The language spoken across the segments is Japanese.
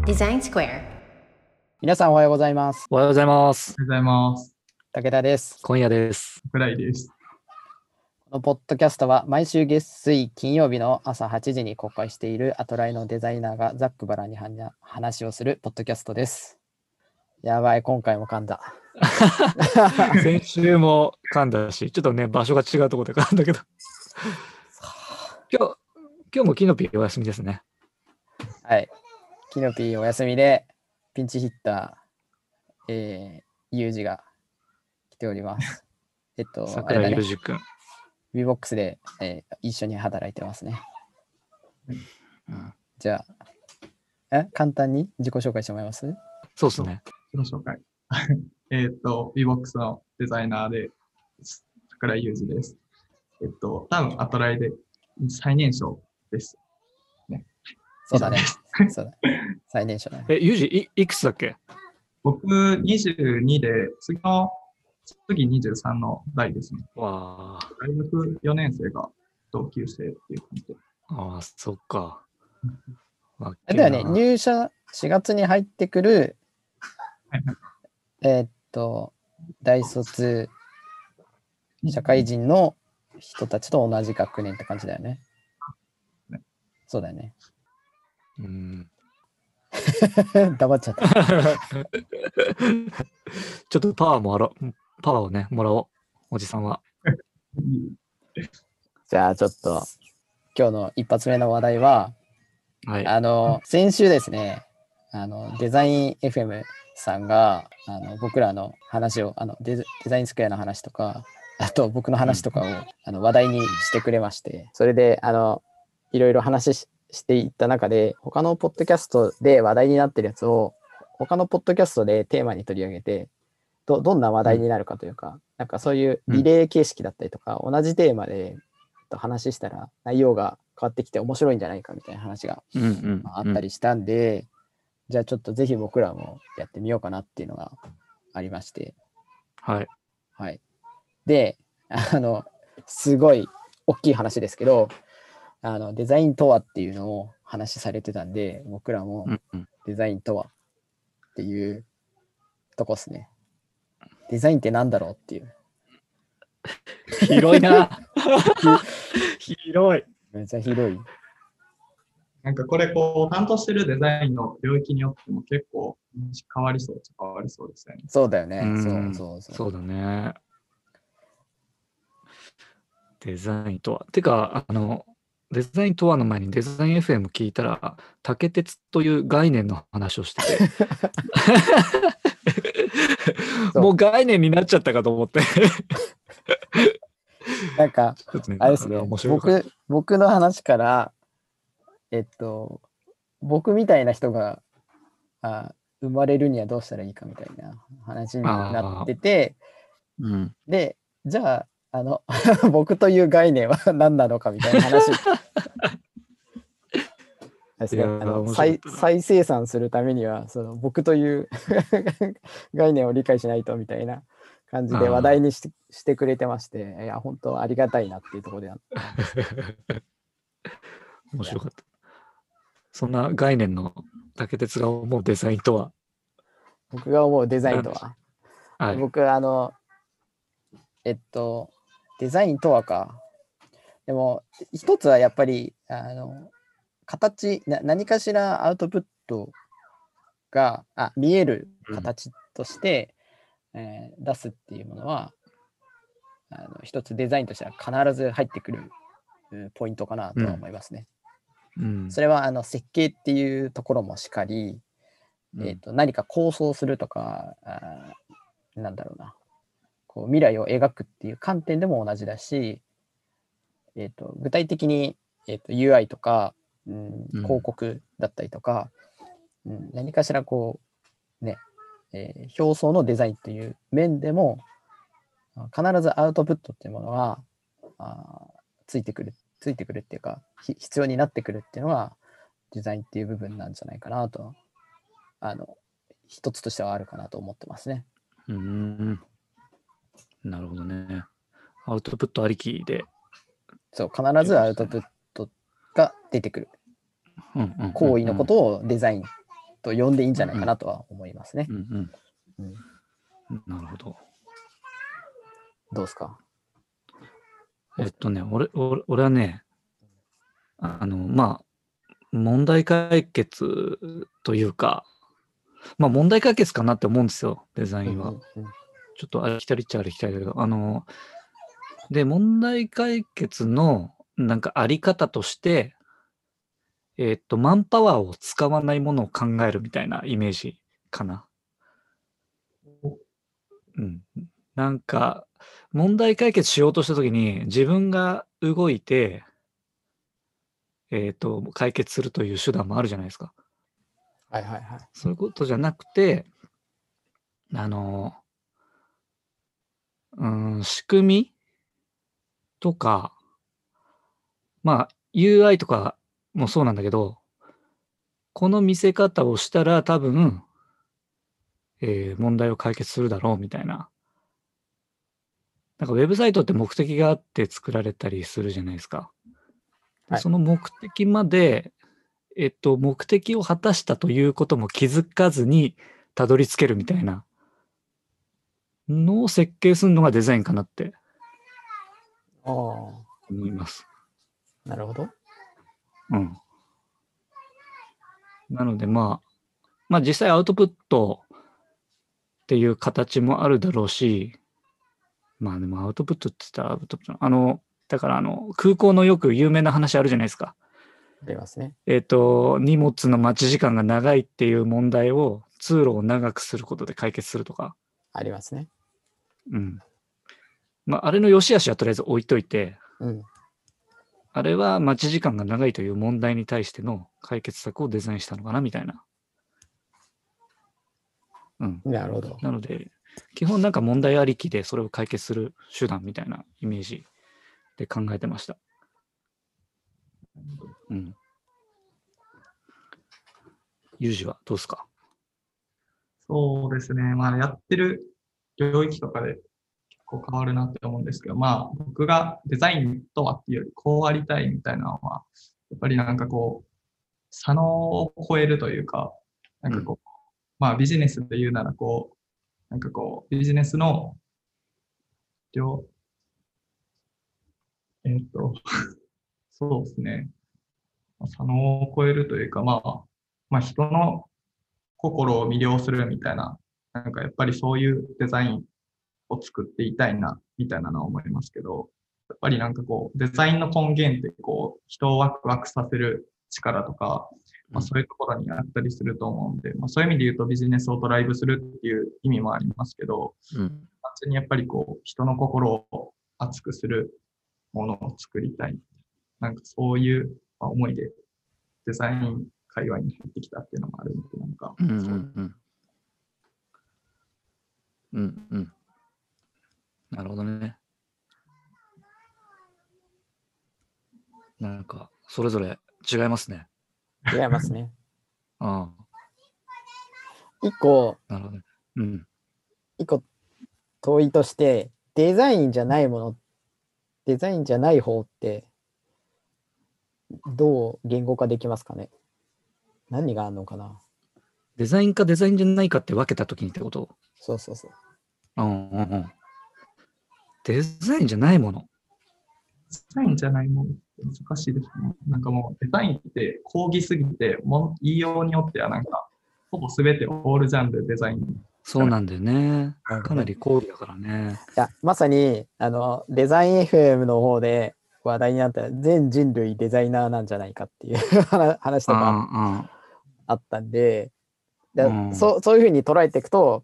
Design Square。 皆さんおはようございます。 おはようございます。 おはようございます。 武田です。 今夜です。 桜井です。 このポッドキャストは毎週月水金曜日の朝8時に公開しているアトライのデザイナーがざっくばらんに話をするポッドキャストです。やばい、今回も噛んだ。 先週も噛んだし、ちょっとね、場所が違うところで噛んだけど。今日もキノピーお休みですね。 はい。キノピーお休みで、ピンチヒッター、ユージが来ております。 桜井裕二君。 VBOX で、一緒に働いてますね。 うん、 じゃあ、簡単に自己紹介してもらいます？ そうですね。 自己紹介。VBOX のデザイナーで、桜井裕二です。多分アトライで最年少です。ね、 そうだね。そうだ。最年少だね。 ユージいくつだっけ？ 僕22で、次23の代ですね。 わあ。 大学4年生が同級生っていう感じで。 ああ、そっか。 だよね、入社4月に入ってくる、大卒社会人の人たちと同じ学年って感じだよね。そうだよね。黙っちゃった。 ちょっとパワーをね、もらおう、おじさんは。 じゃあちょっと、今日の一発目の話題は、 はい、 先週ですね、デザイン FM さんが僕らの話をデザインスクエアの話とか、あと僕の話とかを、話題にしてくれまして、それでいろいろ話していった中で、他のポッドキャストで話題になってるやつを他のポッドキャストでテーマに取り上げて、どんな話題になるかというか、なんかそういうリレー形式だったりとか、同じテーマで話したら内容が変わってきて面白いんじゃないかみたいな話があったりしたんで、じゃあちょっとぜひ僕らもやってみようかなっていうのがありまして。 はい。 はい。で、すごい大きい話ですけど、デザインとはっていうのを話されてたんで、僕らもデザインとはっていうとこですね。デザインってなんだろうっていう。 広いな。広い。 めっちゃ広い。 なんかこれ担当してるデザインの領域によっても結構変わりそうですよね。 そうだよね。 そうだね。デザインとは。てか、デザインとはの前にデザイン FM 聞いたら、竹鉄という概念の話をしてて。もう概念になっちゃったかと思って。 なんか、あれですね、僕の話から、僕みたいな人が生まれるにはどうしたらいいかみたいな話になってて、で、じゃあ、僕という概念は何なのかみたいな話ですね。再生産するためには、僕という概念を理解しないとみたいな感じで話題にしてくれてまして、いや、本当ありがたいなっていうところで面白かった。そんな概念の竹鉄が思うデザインとは？ 僕が思うデザインとは、はい、僕デザインとはか。でも一つはやっぱり何かしらアウトプットが見える形として、出すっていうものは一つデザインとしては必ず入ってくるポイントかなとは思いますね。それは設計っていうところもしかり、何か構想するとか、なんだろうな、未来を描くっていう観点でも同じだし、具体的に、UI とか、広告だったりとか、何かしら表層のデザインという面でも必ずアウトプットっていうものはついてくるっていうか必要になってくるっていうのはデザインっていう部分なんじゃないかなと一つとしてはあるかなと思ってますね。 なるほどね。アウトプットありきで。 そう、必ずアウトプットが出てくる。行為のことをデザインと呼んでいいんじゃないかなとは思いますね。 うんうんなるほど。 どうですか？ 俺はね、まあ、問題解決というか、まあ問題解決かなって思うんですよ、デザインは。 うんうんちょっとありきたりっちゃありきたりだけど、で、問題解決のなんかあり方として、マンパワーを使わないものを考えるみたいなイメージかな。うん。なんか、問題解決しようとしたときに、自分が動いて、解決するという手段もあるじゃないですか。 はいはいはい。 そういうことじゃなくて、あの、仕組みとか、まあ、UI とかもそうなんだけど、この見せ方をしたら多分、問題を解決するだろうみたいな。なんかウェブサイトって目的があって作られたりするじゃないですか。ではいその目的まで、目的を果たしたということも気づかずにたどり着けるみたいなのを設計するのがデザインかなってああ、 思います。 なるほど。 うん。なのでまあ実際アウトプットっていう形もあるだろうし、まあでもアウトプットって言ったらアウトプット、だから空港のよく有名な話あるじゃないですか。 ありますね。 荷物の待ち時間が長いっていう問題を通路を長くすることで解決するとか。 ありますね。 うん。まあ、あれの良し悪しはとりあえず置いといて、 うん。 あれは待ち時間が長いという問題に対しての解決策をデザインしたのかなみたいな。うん。 なるほど。 なので、基本なんか問題ありきでそれを解決する手段みたいなイメージで考えてました。うん。ユージはどうですか？ そうですね。まあ、やってる領域とかで結構変わるなって思うんですけど、まあ、僕がデザインとはっていうより、こうありたいみたいなのは、やっぱりなんかこう、差を超えるというか、なんかこう、まあ、ビジネスで言うならこう、なんかこう、ビジネスの両、えっと、そうですね。差を超えるというか、まあ、人の心を魅了するみたいな、なんかやっぱりそういうデザインを作っていたいな、みたいなのは思いますけど、やっぱりなんかこう、デザインの根源ってこう、人をワクワクさせる力とか、まあ、そういうところにあったりすると思うんで、まあ、そういう意味で言うとビジネスをドライブするっていう意味もありますけど、 うん。 単純にやっぱりこう、人の心を熱くするものを作りたい。なんかそういう思いでデザイン界隈に入ってきたっていうのもあるんで、なんか、 うんうんうん。うんうん。なるほどね。なんか、それぞれ違いますね。 違いますね。 あ一個、 あ、なるほどね。うん。 一個問いとして、デザインじゃないもの、デザインじゃない方って、どう言語化できますかね？何があるのかな？ デザインかデザインじゃないかって分けたときにってこと？ そうそうそう。 うんうんうん。デザインじゃないもの。 デザインじゃないものって難しいですね。なんかもうデザインって講義すぎて、言いようによってはなんか、ほぼ全てオールジャンルデザイン。 そうなんだよね。 なるほどかなり高利だからね。 いや、まさに、デザイン FM の方で話題になった全人類デザイナーなんじゃないかっていう話とかああったんで、 うんそういうふうに捉えていくと、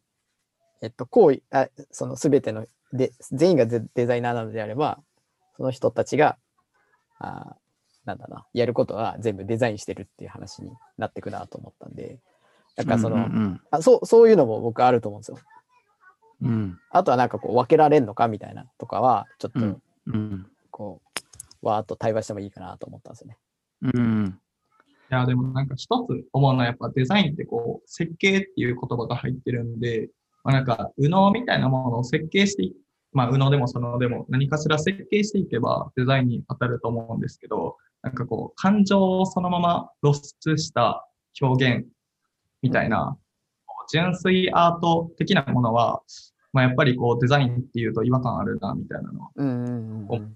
その全ての全員がデザイナーなのであれば、その人たちが、なんだな、やることは全部デザインしてるっていう話になってくなと思ったんで、なんかそういうのも僕あると思うんですよ。 うん。 あとはなんかこう分けられんのかみたいなとかは、ちょっとうん。 こう、わーっと対話してもいいかなと思ったんですよね。 うん。 いや、でもなんか一つ思うのはやっぱデザインってこう、設計っていう言葉が入ってるんで、まあ、なんか、右脳みたいなものを設計してまあ、右脳でもそのでも何かしら設計していけばデザインに当たると思うんですけど、なんかこう、感情をそのまま露出した表現みたいな、純粋アート的なものは、まあ、やっぱりこうデザインっていうと違和感あるな、みたいなのは。 うんうんうんうん。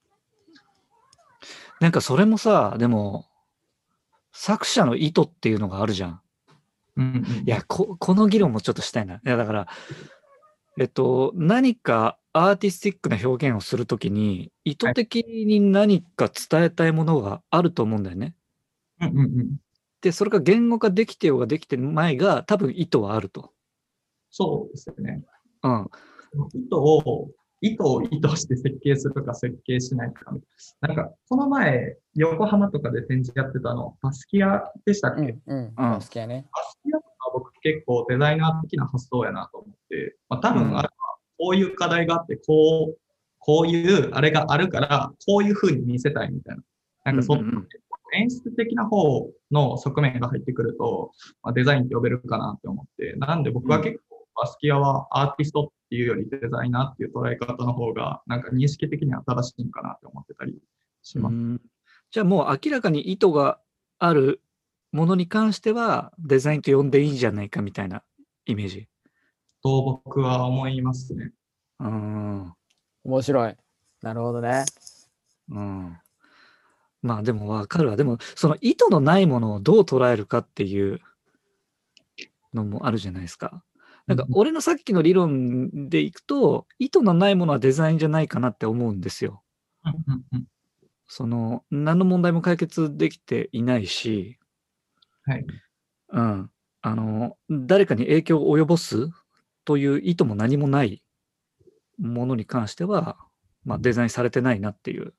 なんかそれもさ、でも、作者の意図っていうのがあるじゃん。 うんうんいや、この議論もちょっとしたいな。いや、だから、何かアーティスティックな表現をするときに、意図的に何か伝えたいものがあると思うんだよね。 うんうんうん。 で、それが言語化できてようができてないが、多分意図はあると。 そうですよね。 うん。 意図を意図して設計するか設計しないか。なんか、この前、横浜とかで展示やってたバスキアでしたっけ？ うんうん。バスキアね。 バスキアとか僕結構デザイナー的な発想やなと思って、まあ、多分あれはこういう課題があって、こういうあれがあるから、こういう風に見せたいみたいな。なんか演出的な方の側面が入ってくると、まあ、デザインって呼べるかなって思って、なんで僕は結構バスキアはアーティストっていうよりデザイナーっていう捉え方の方が、なんか認識的には正しいんかなって思ってたりします。 じゃあもう明らかに意図があるものに関してはデザインと呼んでいいんじゃないかみたいなイメージ。 と僕は思いますね。 面白い。なるほどね。 まあでも分かるわ。でもその意図のないものをどう捉えるかっていうのもあるじゃないですか。なんか俺のさっきの理論でいくと、意図のないものはデザインじゃないかなって思うんですよ。その何の問題も解決できていないし、 はい。 誰かに影響を及ぼすという意図も何もないものに関しては、まあ、デザインされてないなっていう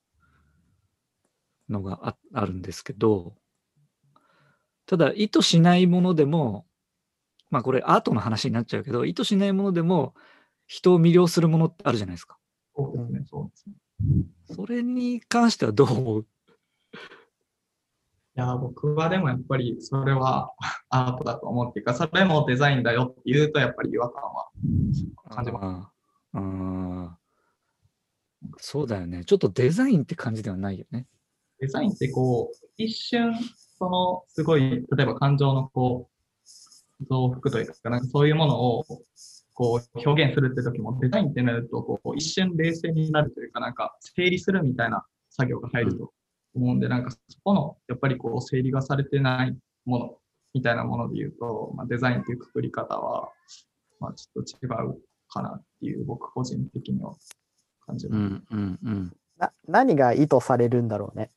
のがあるんですけど、ただ意図しないものでも、まあこれアートの話になっちゃうけど、意図しないものでも人を魅了するものってあるじゃないですか。 そうですね、そうですね。 それに関してはどう思う？ いや、僕はでもやっぱりそれはアートだと思っていうか、それもデザインだよって言うとやっぱり違和感は感じます。 そうだよね。ちょっとデザインって感じではないよね。 デザインってこう、一瞬、すごい、例えば感情の増幅というか、なんかそういうものを表現するって時も、デザインってなると一瞬冷静になるというか、なんか整理するみたいな作業が入ると思うんで、なんかそこの、やっぱり整理がされてないものみたいなもので言うと、まあ、デザインっていうくくり方は、まあ、ちょっと違うかなっていう、僕個人的には感じます。 何が意図されるんだろうね。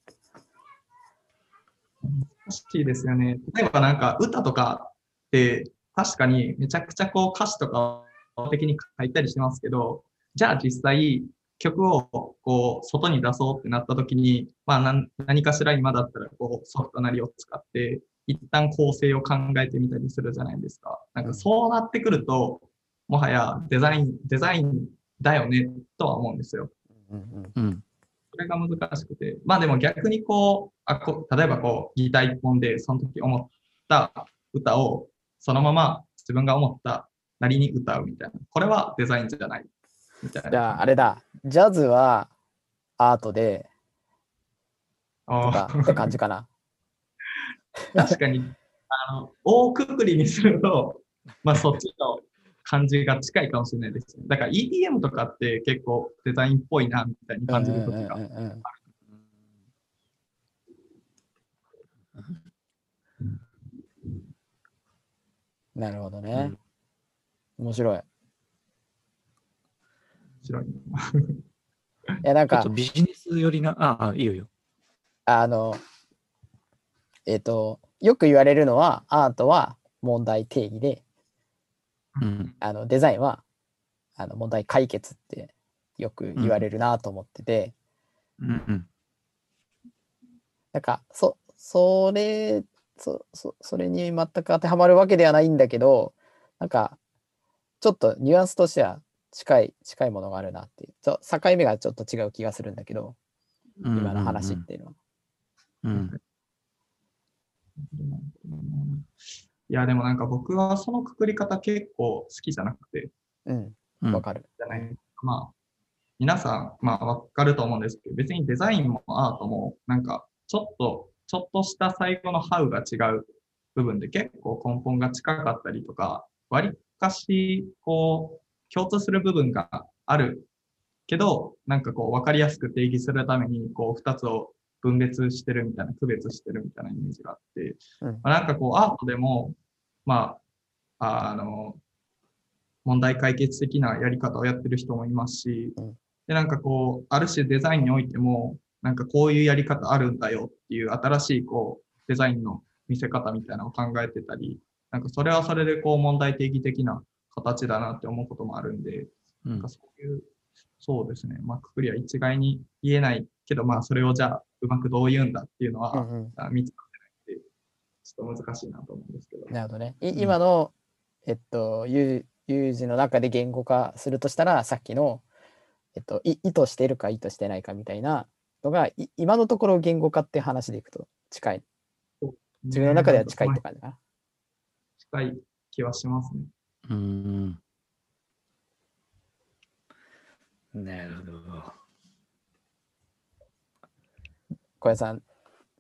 難しいですよね。例えばなんか歌とかって確かにめちゃくちゃ歌詞とかを的に書いたりしますけど、じゃあ実際曲を外に出そうってなった時に、まあ何かしら今だったらソフトなりを使って一旦構成を考えてみたりするじゃないですか。なんかそうなってくると、もはやデザインだよねとは思うんですよ。それが難しくて。まあでも逆に例えばギター一本でその時思った歌をそのまま自分が思ったなりに歌うみたいな。これはデザインじゃないみたいな。 じゃああれだ。ジャズはアートでとかって感じかな。 確かに、大くくりにすると、まあそっちの感じが近いかもしれないですね。だから EDM とかって結構デザインっぽいなみたいに感じる時がある。 なるほどね。面白い。 面白い。いや、なんか、 ちょっとビジネス寄りな、いいよ。 よく言われるのは、アートは問題定義で、デザインは問題解決ってよく言われるなと思ってて、なんかそれに全く当てはまるわけではないんだけど、なんかちょっとニュアンスとしては近いものがあるなっていう、境目がちょっと違う気がするんだけど、今の話っていうのは。 いや、でもなんか僕はそのくくり方結構好きじゃなくて。 わかる。 じゃない。まあ、皆さん、まあわかると思うんですけど、別にデザインもアートも、なんかちょっとした最後のハウが違う部分で結構根本が近かったりとか、割かし、こう、共通する部分があるけど、なんかこう、わかりやすく定義するために、こう、二つを分別してるみたいな、区別してるみたいなイメージがあって、 うんまあ、なんかこう、アートでも、まあ、問題解決的なやり方をやってる人もいますし、 うんで、なんかこう、ある種デザインにおいても、なんかこういうやり方あるんだよっていう新しいこう、デザインの見せ方みたいなのを考えてたり、なんかそれはそれでこう問題定義的な形だなって思うこともあるんで、なんかそういう、そうですね、まあ、くくりは一概に言えないけど、まあ、それをじゃあ、うまくどう言うんだっていうのは、 うんうん見つかってないんで、ちょっと難しいなと思うんですけど。 なるほどね。 ん今の、有事の中で言語化するとしたら、さっきの、意図してるか意図してないかみたいなのが、今のところ言語化って話でいくと近い。自分の中では近いって感じかな。 近い気はしますね。 なるほど。 小屋さん、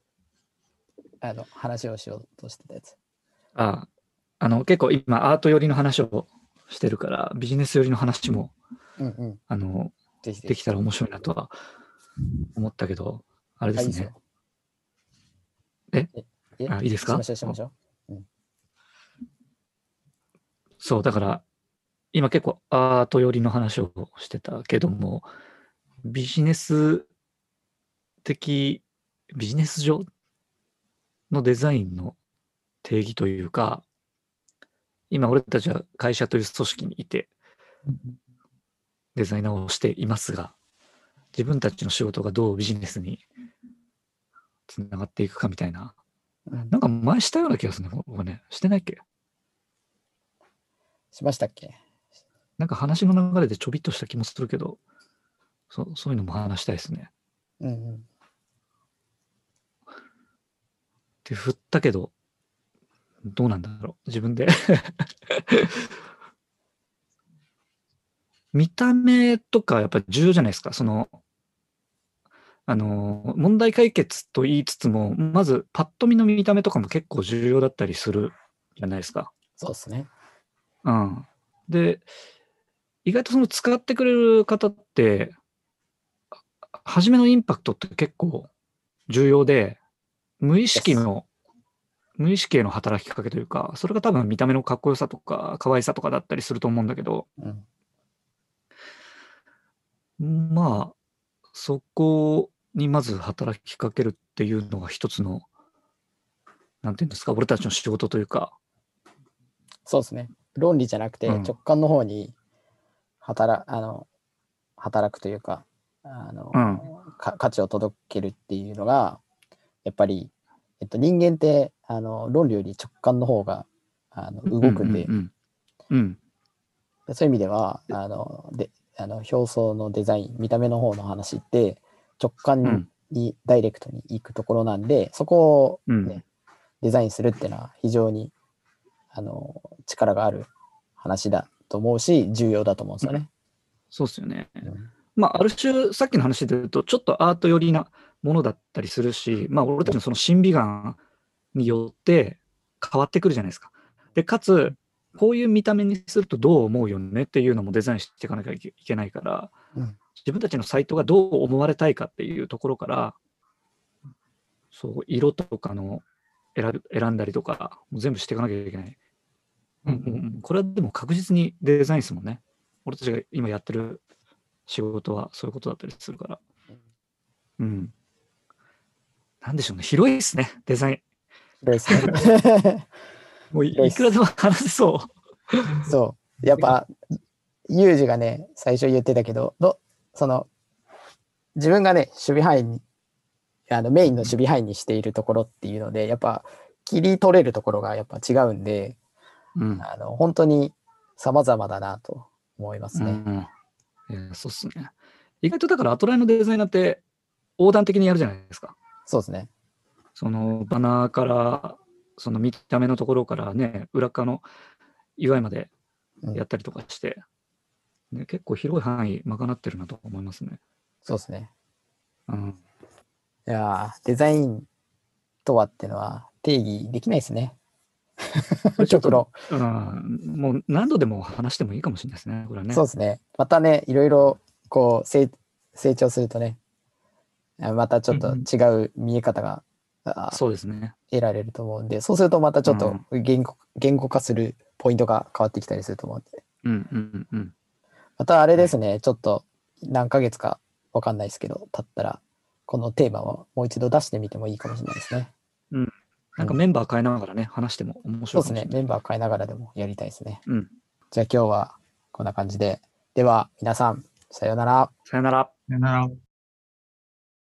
話をしようとしてたやつ。 結構今アート寄りの話をしてるからビジネス寄りの話も、 うんうん。ぜひぜひ。 できたら面白いなとは思ったけど、あれですね。いいですか？ しましょう。 そう、だから今結構アート寄りの話をしてたけども、ビジネス上のデザインの定義というか、今俺たちは会社という組織にいてデザイナーをしていますが、自分たちの仕事がどうビジネスにつながっていくかみたいな、なんか前したような気がするね、僕ね。してないっけ？ しましたっけ？ なんか話の流れでちょびっとした気もするけど、そういうのも話したいですね。 うんうん。 って振ったけど、どうなんだろう、自分で。見た目とかやっぱり重要じゃないですか。問題解決と言いつつも、まずパッと見の見た目とかも結構重要だったりするじゃないですか。 そうですね。 うん。で、意外とその使ってくれる方って、初めのインパクトって結構重要で、無意識への働きかけというか、それが多分見た目のかっこよさとか可愛さとかだったりすると思うんだけど、まあ、そこにまず働きかけるっていうのが一つの、なんていうんですか、俺たちの仕事というか。 そうですね。論理じゃなくて直感の方に働くというか、価値を届けるっていうのが、やっぱり、人間って論理より直感の方が動くんで、そういう意味では表層のデザイン、見た目の方の話って直感にダイレクトに行くところなんで、そこを、ねデザインするっていうのは非常に力がある話だと思うし、重要だと思うんですよね。 そうですよね。まあ、ある種、さっきの話で言うと、ちょっとアート寄りなものだったりするし、まあ、俺たちのその審美眼によって変わってくるじゃないですか。で、かつ、こういう見た目にするとどう思うよねっていうのもデザインしていかなきゃいけないから、自分たちのサイトがどう思われたいかっていうところから、そう、色とかの選んだりとか、もう全部していかなきゃいけない。これはでも確実にデザインですもんね。俺たちが今やってる仕事はそういうことだったりするから。なんでしょうね。広いですね、デザイン。 広いですね。 もういくらでも話せそう。 そう。やっぱ、ユージがね、最初言ってたけど、自分がね、守備範囲に、メインの守備範囲にしているところっていうので、やっぱ、切り取れるところがやっぱ違うんで、本当に様々だなと思いますね。 そうっすね。意外とだからアトライのデザイナーって横断的にやるじゃないですか。 そうですね。 そのバナーから、その見た目のところからね、裏側の UI までやったりとかして、結構広い範囲賄ってるなと思いますね。 そうですね。いやデザインとはっていうのは定義できないですね。 これちょっ極論。 と、もう何度でも話してもいいかもしれないですね、これはね。 そうですね。またね、いろいろこう成長するとね、またちょっと違う見え方が、 そうですね。 得られると思うんで、そうするとまたちょっと言語化するポイントが変わってきたりすると思うんで。またあれですね、ちょっと何ヶ月かわかんないですけど、経ったら、このテーマをもう一度出してみてもいいかもしれないですね。 なんかメンバー変えながらね、話しても面白いかもしれない。 そうですね、メンバー変えながらでもやりたいですね。 じゃあ今日はこんな感じで。では皆さん、さようなら。 さよなら。 さよなら。